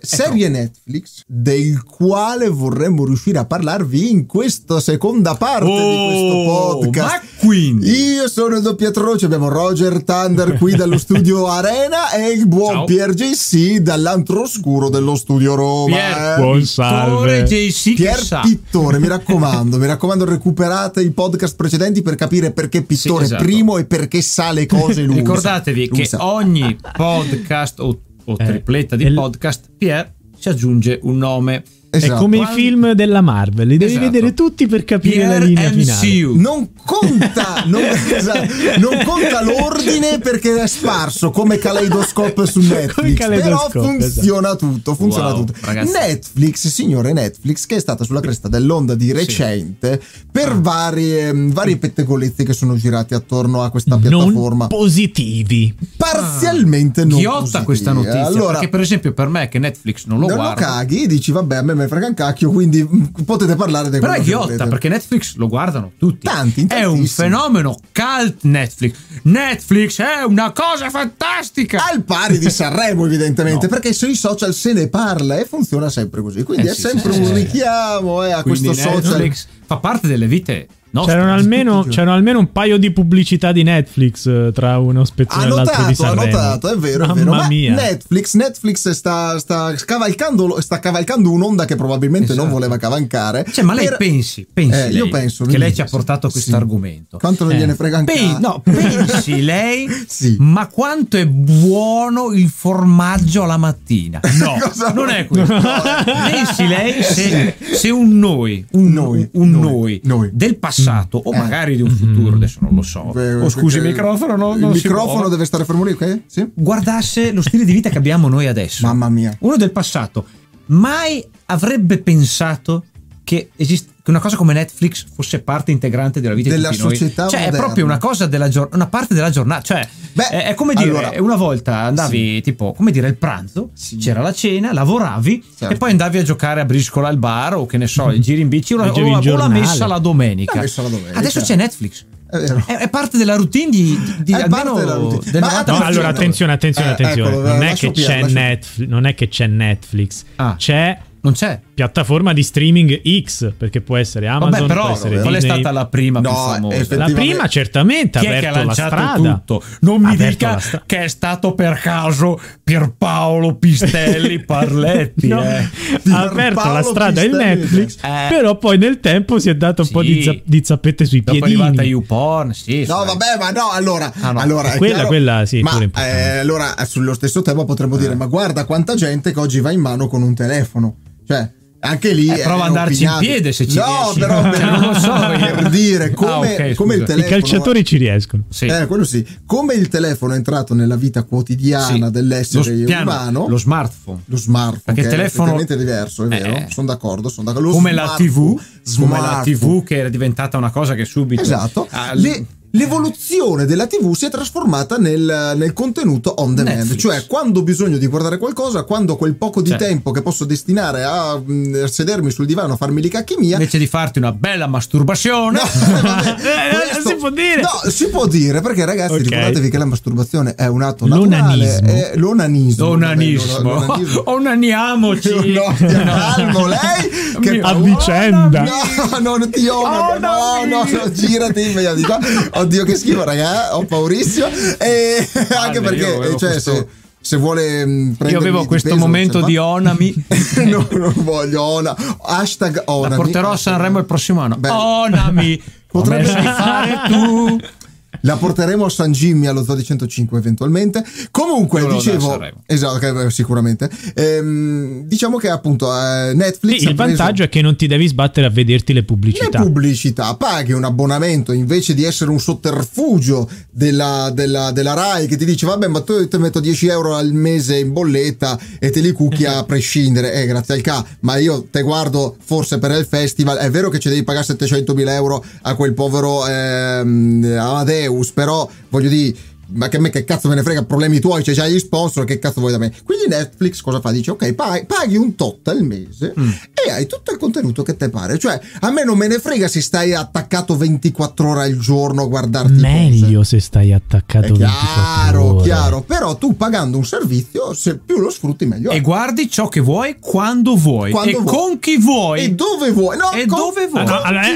serie Netflix del quale vorremmo riuscire a parlarvi in questa seconda parte di questo podcast. Ma quindi io sono il doppiatroce, abbiamo Roger Thunder qui dallo studio Arena e il buon Pier JC dall'antro oscuro dello studio Roma. Buon salve JC, Pier Pittore, mi raccomando, recuperate i podcast precedenti per capire perché Pittore primo e perché sa le cose lui. Ricordatevi che ogni podcast o tripletta di podcast Pier si aggiunge un nome. Esatto. È come i film della Marvel, li devi vedere tutti per capire la linea finale. Non conta l'ordine perché è sparso come Kaleidoscope su Netflix, però funziona tutto. Ragazzi. Netflix, signore Netflix, che è stata sulla cresta dell'onda di recente per vari pettegolezzi che sono girati attorno a questa piattaforma. Non positivi. Parzialmente non ghiotta positivi. Questa notizia, perché per esempio per me che Netflix non lo guarda, lo caghi, dici vabbè, a me frega un cacchio, quindi potete parlare di quello però è ghiotta volete. Perché Netflix lo guardano tutti. Tantissimi. È un fenomeno cult Netflix è una cosa fantastica, al pari di Sanremo evidentemente, perché sui social se ne parla e funziona sempre così, quindi è sempre un richiamo a quindi questo Netflix social. fa parte delle vite. C'erano almeno un paio di pubblicità di Netflix tra uno spezzone e l'altro di Sanremo. Annotato, è vero. Mamma mia. Netflix sta cavalcando un'onda che probabilmente non voleva cavalcare. Ma lei pensi lei, io penso che lei ci ha portato questo argomento. Quanto non gliene frega anche. Pensi lei ma quanto è buono il formaggio alla mattina. No, non è questo. Pensi lei se un noi del passato o magari di un futuro, adesso non lo so. Scusi, il microfono il microfono deve stare fermo lì, ok? Sì? Guardasse lo stile di vita che abbiamo noi adesso. Mamma mia. Uno del passato mai avrebbe pensato che una cosa come Netflix fosse parte integrante della vita della di tutti società noi. moderna. È proprio una cosa una parte della giornata. È come dire, una volta andavi tipo, come dire, il pranzo, c'era la cena, lavoravi e poi andavi a giocare a briscola al bar o che ne so, giri in bici o la messa la domenica. Adesso c'è Netflix. È parte della routine di almeno del 90%. No, allora attenzione. Non è che c'è Netflix. Non c'è piattaforma di streaming X, perché può essere Amazon, può essere qual è Disney. stata la prima più famosa? La prima certamente ha aperto la strada. Tutto. Non mi dica che è stato per caso Pierpaolo Pistelli Parletti. Ha aperto la strada il Netflix, però poi nel tempo si è dato un po' di zappette sui piedini. Dopo è arrivata YouPorn, allora quella sì, ma pure importante. allora sullo stesso tema potremmo dire ma guarda quanta gente che oggi va in mano con un telefono, cioè anche lì prova ad andarci in piede se ci riesci. Però non lo so, per dire come il telefono, i calciatori ci riescono. Quello sì, come il telefono è entrato nella vita quotidiana dell'essere umano, lo smartphone perché il telefono è diverso, è vero, sono d'accordo. Come la TV che era diventata una cosa che subito l'evoluzione della TV si è trasformata nel contenuto on demand, Netflix. Cioè quando ho bisogno di guardare qualcosa, quando ho quel poco di tempo che posso destinare a sedermi sul divano a farmi i cacchi mia, invece di farti una bella masturbazione. Si può dire. No, si può dire, perché ragazzi ricordatevi che la masturbazione è un atto naturale, è l'onanismo. Onaniamoci. Calmo lei che a vicenda. No, ti no, girati immediatamente di qua. Oddio che schifo, raga, ho paurissimo. E anche perché se vuole prendermi, io avevo questo momento di Onami. No, non voglio Onami. #Onami. La porterò a Sanremo il prossimo anno. Onami, potrebbe fare tu. La porteremo a San Jimmy allo Zoo di 105 eventualmente. Comunque dicevo, esatto, sicuramente. Diciamo che appunto Netflix il vantaggio è che non ti devi sbattere a vederti le pubblicità. Paghi un abbonamento invece di essere un sotterfugio della Rai che ti dice vabbè, ma tu ti metto 10 euro al mese in bolletta e te li cucchi a prescindere, grazie al ca, ma io te guardo forse per il festival. È vero che ci devi pagare 700.000 euro a quel povero Amadeus, però voglio dire, ma che a me che cazzo me ne frega, problemi tuoi, cioè c'hai gli sponsor, che cazzo vuoi da me? Quindi Netflix cosa fa? Dice ok, paghi un tot al mese e hai tutto il contenuto che te pare, cioè a me non me ne frega se stai attaccato 24 ore al giorno a guardarti meglio cose. Se stai attaccato 24 ore. Chiaro, però tu pagando un servizio, se più lo sfrutti meglio e guardi ciò che vuoi quando vuoi con chi vuoi e dove vuoi, no, e dove vuoi.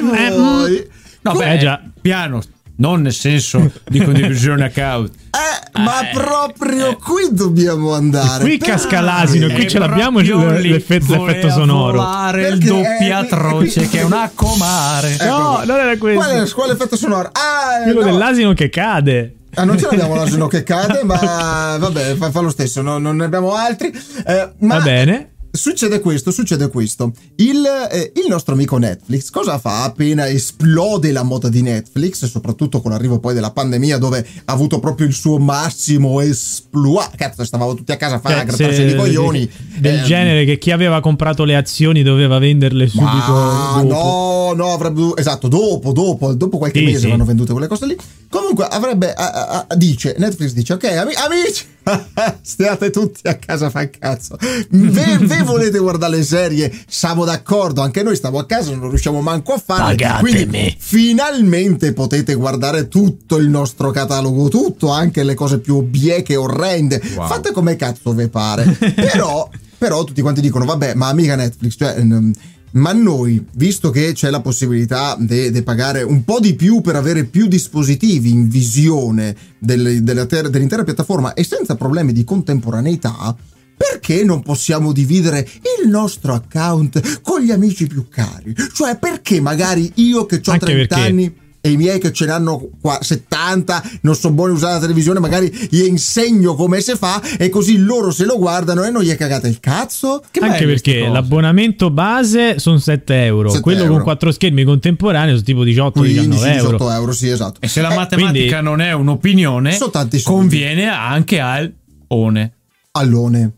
No, già piano, non nel senso di condivisione account. Ma proprio qui dobbiamo andare. Qui casca l'asino, qui ce l'abbiamo l'effetto sonoro. Il doppiatroce che è una comare. No, non era questo. Qual è l'effetto sonoro? Quello dell'asino che cade. Non ce l'abbiamo l'asino che cade, ma vabbè, fa lo stesso, non ne abbiamo altri. Va bene. Succede questo. Il nostro amico Netflix cosa fa appena esplode la moda di Netflix, soprattutto con l'arrivo poi della pandemia, dove ha avuto proprio il suo massimo esploit. Cazzo, stavamo tutti a casa a fare a grattarsi i coglioni. Del genere che chi aveva comprato le azioni doveva venderle subito dopo. No, avrebbe esatto, dopo qualche mese vanno vendute quelle cose lì. Comunque avrebbe Netflix dice ok, amici, stiate tutti a casa a far cazzo. Ve volete guardare le serie? Siamo d'accordo, anche noi stiamo a casa, non riusciamo manco a fare. Pagatemi. Quindi finalmente potete guardare tutto il nostro catalogo, tutto, anche le cose più bieche e orrende. Wow. Fate come cazzo ve pare. Però tutti quanti dicono vabbè, ma amica Netflix, cioè ma noi, visto che c'è la possibilità di pagare un po' di più per avere più dispositivi in visione dell'intera piattaforma e senza problemi di contemporaneità, perché non possiamo dividere il nostro account con gli amici più cari? Cioè, perché magari io che ho 30 anni e i miei che ce n'hanno 70 non sono buoni a usare la televisione, magari gli insegno come si fa e così loro se lo guardano e non gli è cagata il cazzo? Anche perché l'abbonamento base sono 7 euro, quello con 4 schermi contemporanei sono tipo 18-19 euro, sì, esatto. E se la matematica non è un'opinione, conviene anche al Allone,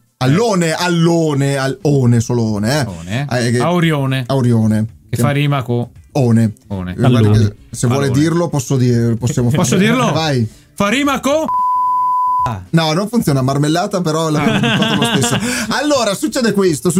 Aurione. Che fa rima con One. Se vuole dirlo, posso dirlo? Vai. Fa rima con No, non funziona marmellata, però l'abbiamo fatto lo stesso. Allora, succede questo.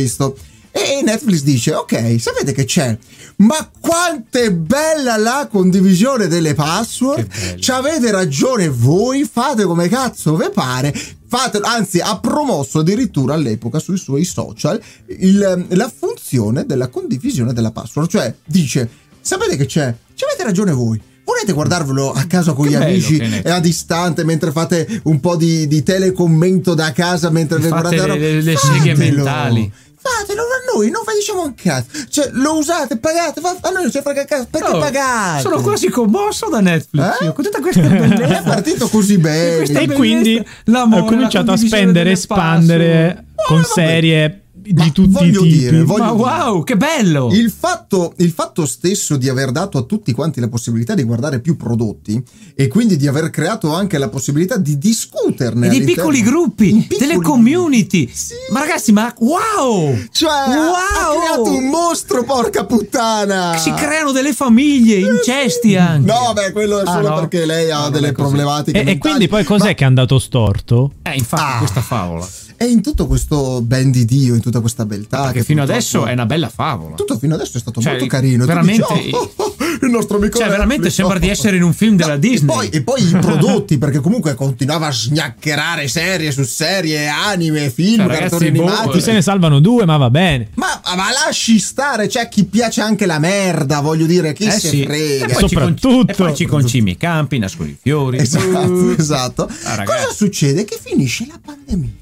E Netflix dice, ok, sapete che c'è? Ma quanto è bella la condivisione delle password? Ci avete ragione voi, fate come cazzo vi pare. Anzi, ha promosso addirittura all'epoca sui suoi social la funzione della condivisione della password. Cioè, dice, sapete che c'è? Ci avete ragione voi. Volete guardarvelo a casa con gli amici e a distante mentre fate un po' di telecommento da casa mentre vi guardate le seghe mentali? Fatelo, a noi non vi diciamo un cazzo. Cioè, lo usate, pagate, a noi non ci frega cazzo, perché pagate? Sono quasi commosso da Netflix, con tutta questa bellezza. È partito così bene. E quindi ho cominciato a spendere e espandere con serie di tutti i tipi. Ma wow, che bello! Il fatto stesso di aver dato a tutti quanti la possibilità di guardare più prodotti e quindi di aver creato anche la possibilità di discuterne e di piccoli gruppi, delle community. Sì. Ma ragazzi, wow! Cioè, ha creato un mostro, porca puttana! Si creano delle famiglie, incesti anche. No, beh, quello è solo perché lei ha delle problematiche e quindi poi cos'è che è andato storto? Infatti questa favola. E in tutto questo ben di Dio, in tutta questa beltà, che fino adesso è una bella favola. Tutto fino adesso è stato molto carino. Veramente, il nostro amico. Cioè, veramente sembra di essere in un film della Disney. E poi i prodotti, perché comunque continuava a sgnaccherare serie su serie, anime, film, cartoni animati. Se ne salvano 2, ma va bene. Ma lasci stare, c'è chi piace anche la merda, voglio dire, chi se frega. E soprattutto. E poi ci concimi i campi, nascono i fiori. Esatto. Cosa succede? Che finisce la pandemia.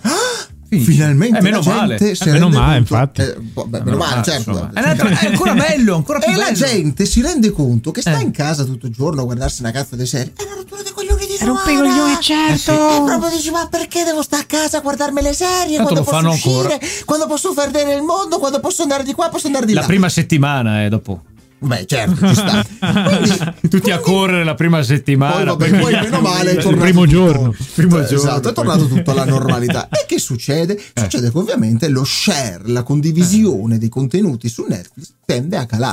Finalmente meno male, infatti. Meno male, certo. È ancora bello, ancora più bello. E la gente si rende conto che sta in casa tutto il giorno a guardarsi una cazzo di serie. È una rottura dei coglioni di coglioni, certo. E proprio dici, ma perché devo stare a casa a guardarmi le serie? Quando posso uscire? Quando posso vedere il mondo? Quando posso andare di qua? Posso andare di là? La prima settimana dopo. Beh, certo, ci sta. Tutti a correre la prima settimana. Poi meno male il primo giorno. Esatto, è tornato tutto alla normalità. E che succede? Succede che ovviamente lo share, la condivisione dei contenuti su Netflix tende a calare.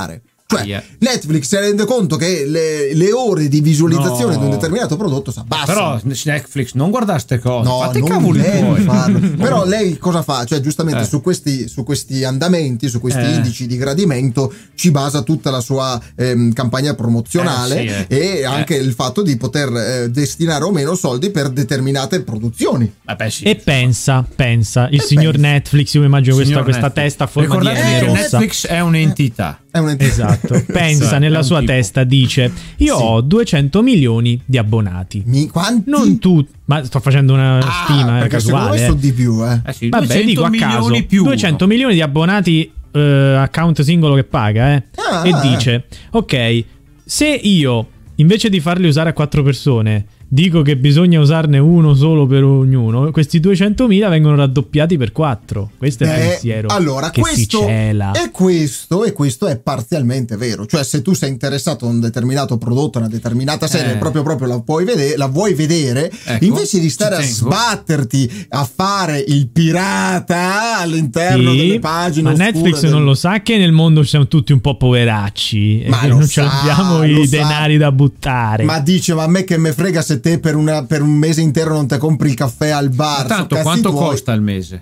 Cioè, Netflix si rende conto che le ore di visualizzazione di un determinato prodotto si abbassano. Però Netflix non guarda ste cose. No, fate non cavoli tuoi. Però lei cosa fa? Cioè, giustamente su questi andamenti, su questi indici di gradimento ci basa tutta la sua campagna promozionale e anche il fatto di poter destinare o meno soldi per determinate produzioni. E pensa il signor Netflix, io mi immagino questa testa a forma di M rossa. Netflix è un'entità. Esatto. Pensa nella sua testa, dice: io ho 200 milioni di abbonati. Quanti? Non tutti, ma sto facendo una stima casuale. Sono di più, sì, vabbè, dico a caso più 200 milioni di abbonati, account singolo che paga, e dice: ok, se io invece di farli usare a 4 persone dico che bisogna usarne uno solo per ognuno, questi 200.000 vengono raddoppiati per 4. Questo è il pensiero che si cela. E questo è parzialmente vero. Cioè, se tu sei interessato a un determinato prodotto, una determinata serie, proprio la vuoi vedere, ecco, invece di stare a sbatterti a fare il pirata all'interno delle pagine ma Netflix non lo sa che nel mondo siamo tutti un po' poveracci e che non abbiamo i denari da buttare. Ma dice: ma a me che me frega se te per un mese intero non te compri il caffè al bar. Tanto quanto costa al mese?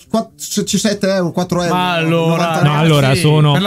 7 euro, 4 euro. Ma allora, sono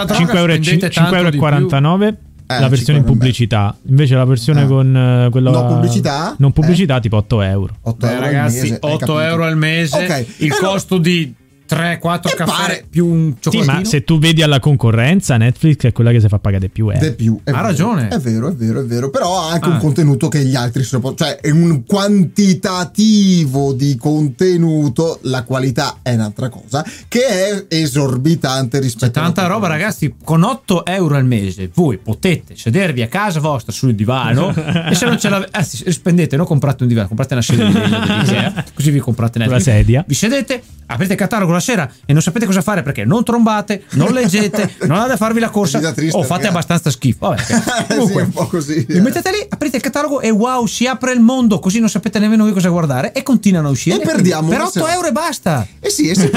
5,49 euro la versione in pubblicità. Invece la versione con quella non pubblicità tipo 8 euro. 8 euro ragazzi, al mese, 8 euro al mese. Il costo di 3-4 caffè più un cioccolatino. Sì, ma se tu vedi alla concorrenza, Netflix è quella che si fa pagare di più. Ha ragione. È vero. Però ha anche un contenuto che gli altri cioè è un quantitativo di contenuto. La qualità è un'altra cosa, che è esorbitante rispetto a tanta roba, ragazzi. Con 8 euro al mese voi potete sedervi a casa vostra sul divano e se non ce l'avete, spendete, non comprate un divano, comprate una sedia di legno dell'Ikea, così vi comprate la sedia, vi sedete, aprite il catalogo la sera e non sapete cosa fare perché non trombate, non leggete, non andate a farvi la corsa o fate abbastanza schifo. Vabbè, comunque, un po' così. Vi mettete lì, aprite il catalogo e wow, si apre il mondo, così non sapete nemmeno voi cosa guardare e continuano a uscire. E perdiamo per 8 euro e basta. E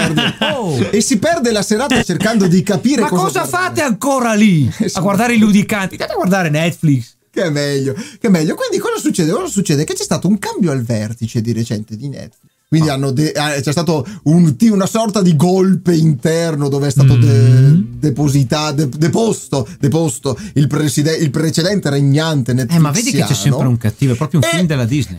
si perde la serata cercando di capire cosa fate ancora lì a guardare i ludicanti. Andate a guardare Netflix. Che è meglio. Quindi cosa succede? Che c'è stato un cambio al vertice di recente di Netflix. Quindi c'è stato una sorta di golpe interno dove è stato deposto il precedente regnante netflixiano. Ma vedi che c'è sempre un cattivo, è proprio un film della Disney.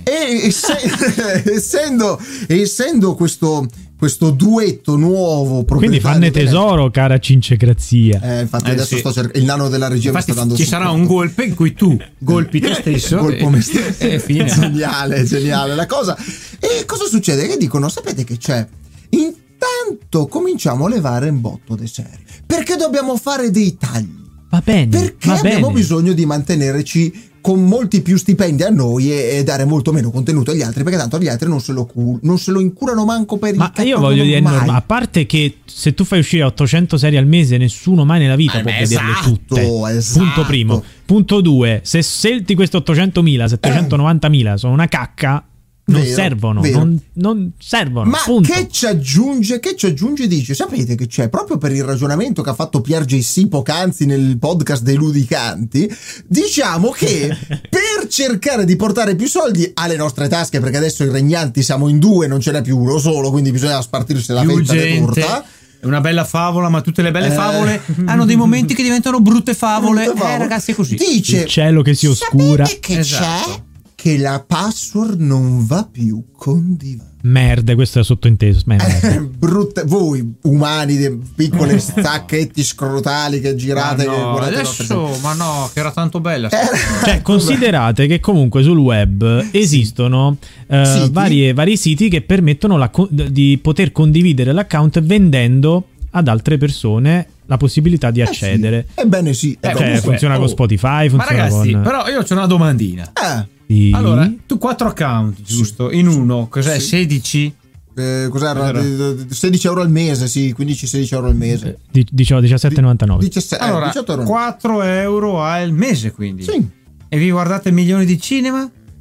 Essendo questo duetto nuovo, quindi fanne tesoro, cara Cincegrazia. Infatti adesso il nano della regia mi sta dando ci sarà un golpe in cui tu golpi te stesso colpo me stesso. E fine. Geniale la cosa. E cosa succede? Che dicono: sapete che c'è? Intanto cominciamo a levare in botto le serie, perché dobbiamo fare dei tagli. Va bene. Perché abbiamo bisogno di mantenerci con molti più stipendi a noi e dare molto meno contenuto agli altri, perché tanto gli altri non se lo incurano manco per il ma io voglio dire, a parte che se tu fai uscire 800 serie al mese, nessuno mai nella vita può vederle tutte. Punto primo. Punto 2, se scelti queste 800.000, 790.000 sono una cacca, non servono. Non servono. Ma punto. Che ci aggiunge? Dice: sapete che c'è, proprio per il ragionamento che ha fatto Pier JC poc'anzi nel podcast dei ludicanti, diciamo che per cercare di portare più soldi alle nostre tasche, perché adesso i regnanti siamo in 2, non ce n'è più uno solo, quindi bisogna spartirsi la fetta di torta. È una bella favola, ma tutte le belle favole hanno dei momenti che diventano brutte favole. Ragazzi, è così. Dice: il cielo che si oscura. Sapete che c'è? Che la password non va più condivisa. Merda, questo è sottointeso. Brutte, voi umani, piccole stacchetti scrotali che girate. Adesso, ma no, che era tanto bella. Cioè, considerate che comunque sul web esistono vari siti che permettono di poter condividere l'account vendendo ad altre persone la possibilità di accedere. Ebbene sì. Funziona con Spotify, funziona ragazzi, però io c'ho una domandina. Allora, tu 4 account, giusto? In uno, cos'è? 16? Cos'era? 16 euro al mese, sì, 15-16 euro al mese. 17,99. Allora, 4 euro al mese, quindi. Sì. E vi guardate milioni di cinema?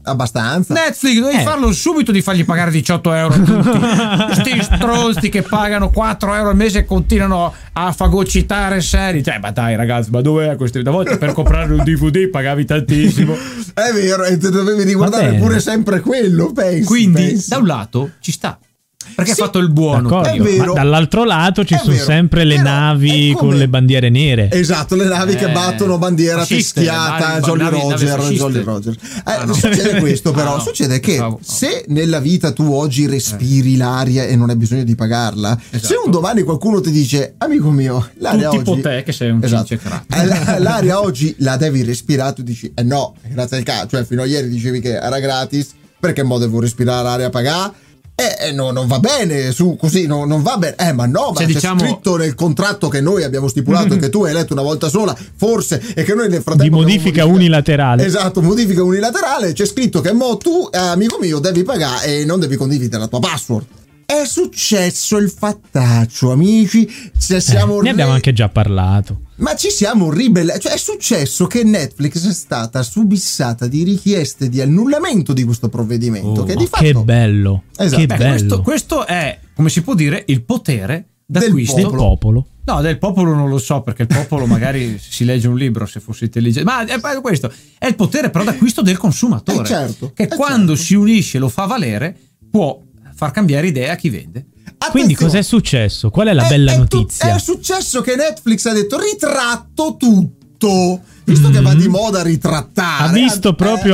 Abbastanza. Netflix, devi farlo subito di fargli pagare 18 euro a tutti. Questi stronzi che pagano 4 euro al mese e continuano a fagocitare serie. Cioè, ma dai ragazzi, ma dov'è questa? Una volta per comprare un DVD pagavi tantissimo. È vero, e dovevi riguardare pure sempre quello, pensi. Quindi, da un lato, ci sta. Perché ha fatto il buono. È vero. Ma dall'altro lato ci sono sempre le navi con le bandiere nere. Esatto, le navi che battono bandiera fischiata, Jolly Roger. Succede questo, però. Succede che se nella vita tu oggi respiri l'aria e non hai bisogno di pagarla, se un domani qualcuno ti dice, amico mio, l'aria oggi, tipo te che sei un cincecrato, l'aria oggi la devi respirare, tu dici no, grazie al cazzo, cioè fino a ieri dicevi che era gratis, perché mo devo respirare l'aria pagata? No, non va bene, su così non va bene. Ma no, ma c'è scritto nel contratto che noi abbiamo stipulato e che tu hai letto una volta sola, forse, e che noi nel frattempo di modifica unilaterale. Esatto, modifica unilaterale. C'è scritto che mo tu, amico mio, devi pagare e non devi condividere la tua password. È successo il fattaccio, amici. Ne abbiamo anche già parlato. Ma ci siamo ribellati. Cioè, è successo che Netflix è stata subissata di richieste di annullamento di questo provvedimento. Che di fatto. Che bello. Esatto. Che bello. Questo è, come si può dire, il potere d'acquisto del popolo. No, del popolo non lo so, perché il popolo magari si legge un libro se fosse intelligente. Ma questo è il potere però d'acquisto del consumatore. Certo. Che quando si unisce e lo fa valere, può far cambiare idea a chi vende. Quindi cos'è successo? Qual è la bella notizia? È successo che Netflix ha detto ritratto tutto, visto che va di moda ritrattare. Ha visto proprio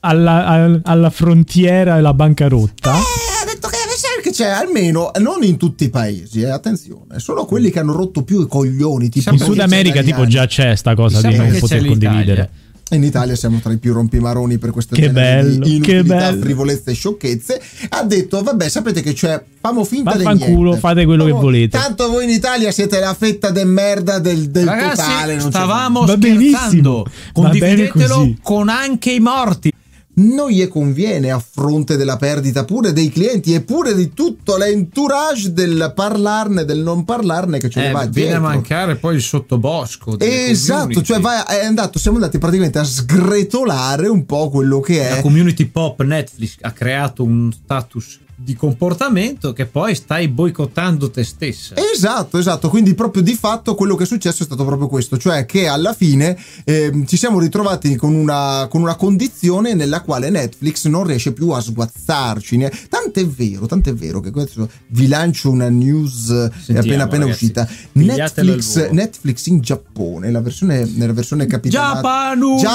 alla frontiera la bancarotta. Ha detto che c'è, almeno non in tutti i paesi, attenzione, solo quelli che hanno rotto più i coglioni, tipo in Sud America tipo già c'è sta cosa di non poter condividere. In Italia siamo tra i più rompimaroni per queste di inutilità, frivolezze e sciocchezze. Ha detto vabbè, sapete che c'è, famo finta di niente, culo, fate quello che volete, tanto voi in Italia siete la fetta de merda del ragazzi, totale. Non stavamo scherzando, condividetelo con anche i morti. Non gli conviene, a fronte della perdita pure dei clienti e pure di tutto l'entourage del parlarne, del non parlarne che ce ne va viene dietro. A mancare poi il sottobosco. Esatto, cioè siamo andati praticamente a sgretolare un po' quello che è la community pop. Netflix ha creato un status di comportamento che poi stai boicottando te stessa. Esatto, quindi proprio di fatto quello che è successo è stato proprio questo, cioè che alla fine ci siamo ritrovati con una condizione nella quale Netflix non riesce più a sguazzarci. Tant'è vero che questo vi lancio una news appena ragazzi, uscita. Netflix in Giappone, nella versione capitanata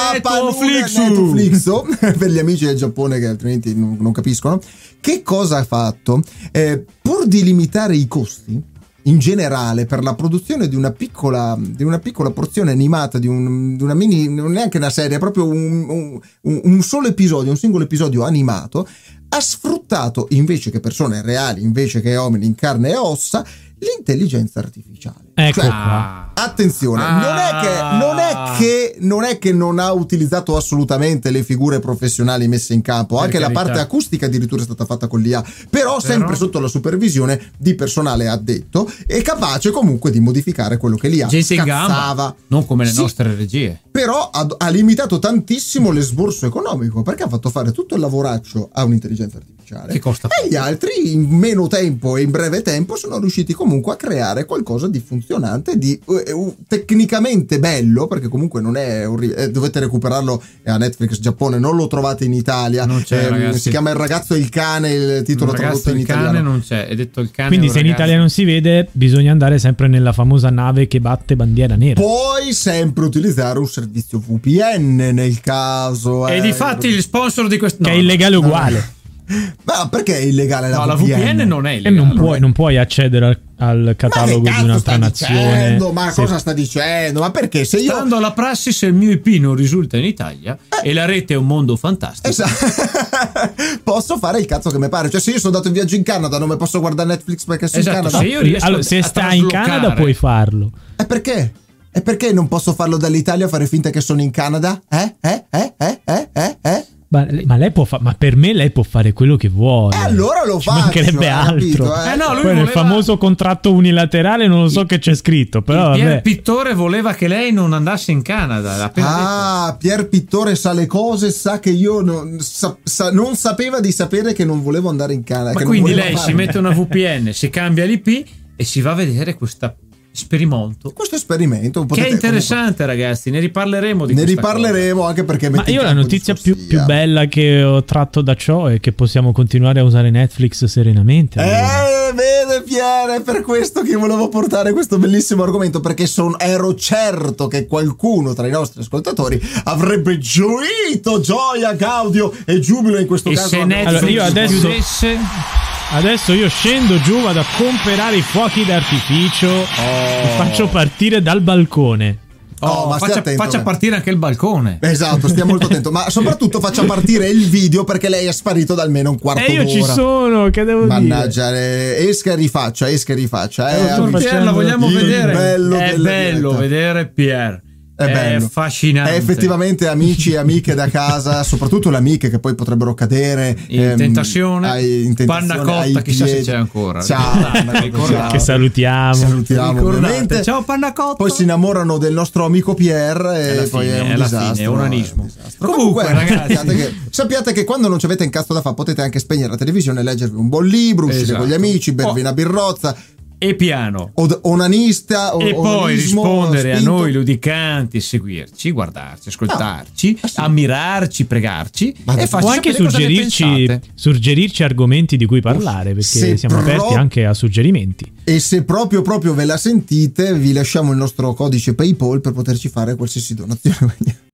Netflix per gli amici del Giappone che altrimenti non capiscono. Che cosa ha fatto? Pur di limitare i costi in generale per la produzione di una piccola porzione animata, di una mini, non neanche una serie, proprio un solo episodio, un singolo episodio animato, ha sfruttato, invece che persone reali, invece che uomini in carne e ossa, l'intelligenza artificiale. Ecco cioè, qua. Attenzione, non è che non ha utilizzato assolutamente le figure professionali messe in campo, anche la parte acustica addirittura è stata fatta con l'IA, però sempre sotto la supervisione di personale addetto e capace comunque di modificare quello che l'IA scazzava. Non come le nostre regie. Però ha limitato tantissimo l'esborso economico, perché ha fatto fare tutto il lavoraccio a un'intelligenza artificiale che costa e gli altri in meno tempo e in breve tempo sono riusciti comunque a creare qualcosa di funzionante, di tecnicamente bello, perché comunque non è dovete recuperarlo a Netflix Giappone, non lo trovate in Italia, non c'è, si chiama Il ragazzo e il cane, il titolo tradotto in italiano. Il cane non c'è, è detto il cane. Quindi se in Italia non si vede, bisogna andare sempre nella famosa nave che batte bandiera nera. Puoi sempre utilizzare un servizio VPN nel caso. E difatti il sponsor di questo che è illegale uguale. Ma perché è illegale la VPN? La VPN non è illegale. E non puoi accedere al catalogo di un'altra nazione. Ma cosa sta dicendo? Ma perché se io stando alla prassi, se il mio IP non risulta in Italia e la rete è un mondo fantastico, posso fare il cazzo che mi pare. Cioè se io sono andato in viaggio in Canada non mi posso guardare Netflix perché sono in Canada. Se io riesco se stai in Canada puoi farlo. E perché? E perché non posso farlo dall'Italia, fare finta che sono in Canada? Ma lei può ma per me lei può fare quello che vuole. Allora lo fa. Mancherebbe altro. No, lui poi nel famoso contratto unilaterale non lo so che c'è scritto, però Pier Pittore voleva che lei non andasse in Canada. Pier Pittore sa le cose, sa che io non sapeva di sapere che non volevo andare in Canada. Ma quindi lei si mette una VPN, si cambia l'IP e si va a vedere questo esperimento che è interessante, ragazzi. Ne riparleremo anche perché ma io la notizia più bella che ho tratto da ciò è che possiamo continuare a usare Netflix serenamente. Vede Pier, è per questo che volevo portare questo bellissimo argomento, perché ero certo che qualcuno tra i nostri ascoltatori avrebbe gioia, gaudio e giubilo in questo caso. Se Netflix io Adesso io scendo giù, vado a comprare i fuochi d'artificio e faccio partire dal balcone. Ma faccia partire anche il balcone. Esatto, stia molto attento. Ma soprattutto faccia partire il video, perché lei è sparito da almeno un quarto d'ora. E io ci sono, che devo dire? Mannaggia, esca e rifaccia. Pier, la vogliamo vedere. È bello vedere Pier. È affascinante. È effettivamente, amici e amiche da casa, soprattutto le amiche che poi potrebbero cadere in tentazione. Panna cotta, chissà se c'è ancora. Ciao, che salutiamo ovviamente. Ciao Panna cotta. Poi si innamorano del nostro amico Pier e poi è un disastro. È un anismo. Comunque ragazzi, sappiate che quando non ci avete un cazzo da fare potete anche spegnere la televisione, leggervi un buon libro, uscire con gli amici, bervi una birrozza e piano onanista e poi rispondere spinto. A noi ludicanti, seguirci, guardarci, ascoltarci, ammirarci, pregarci e o anche suggerirci argomenti di cui parlare, perché siamo aperti anche a suggerimenti. E se proprio ve la sentite, vi lasciamo il nostro codice PayPal per poterci fare qualsiasi donazione.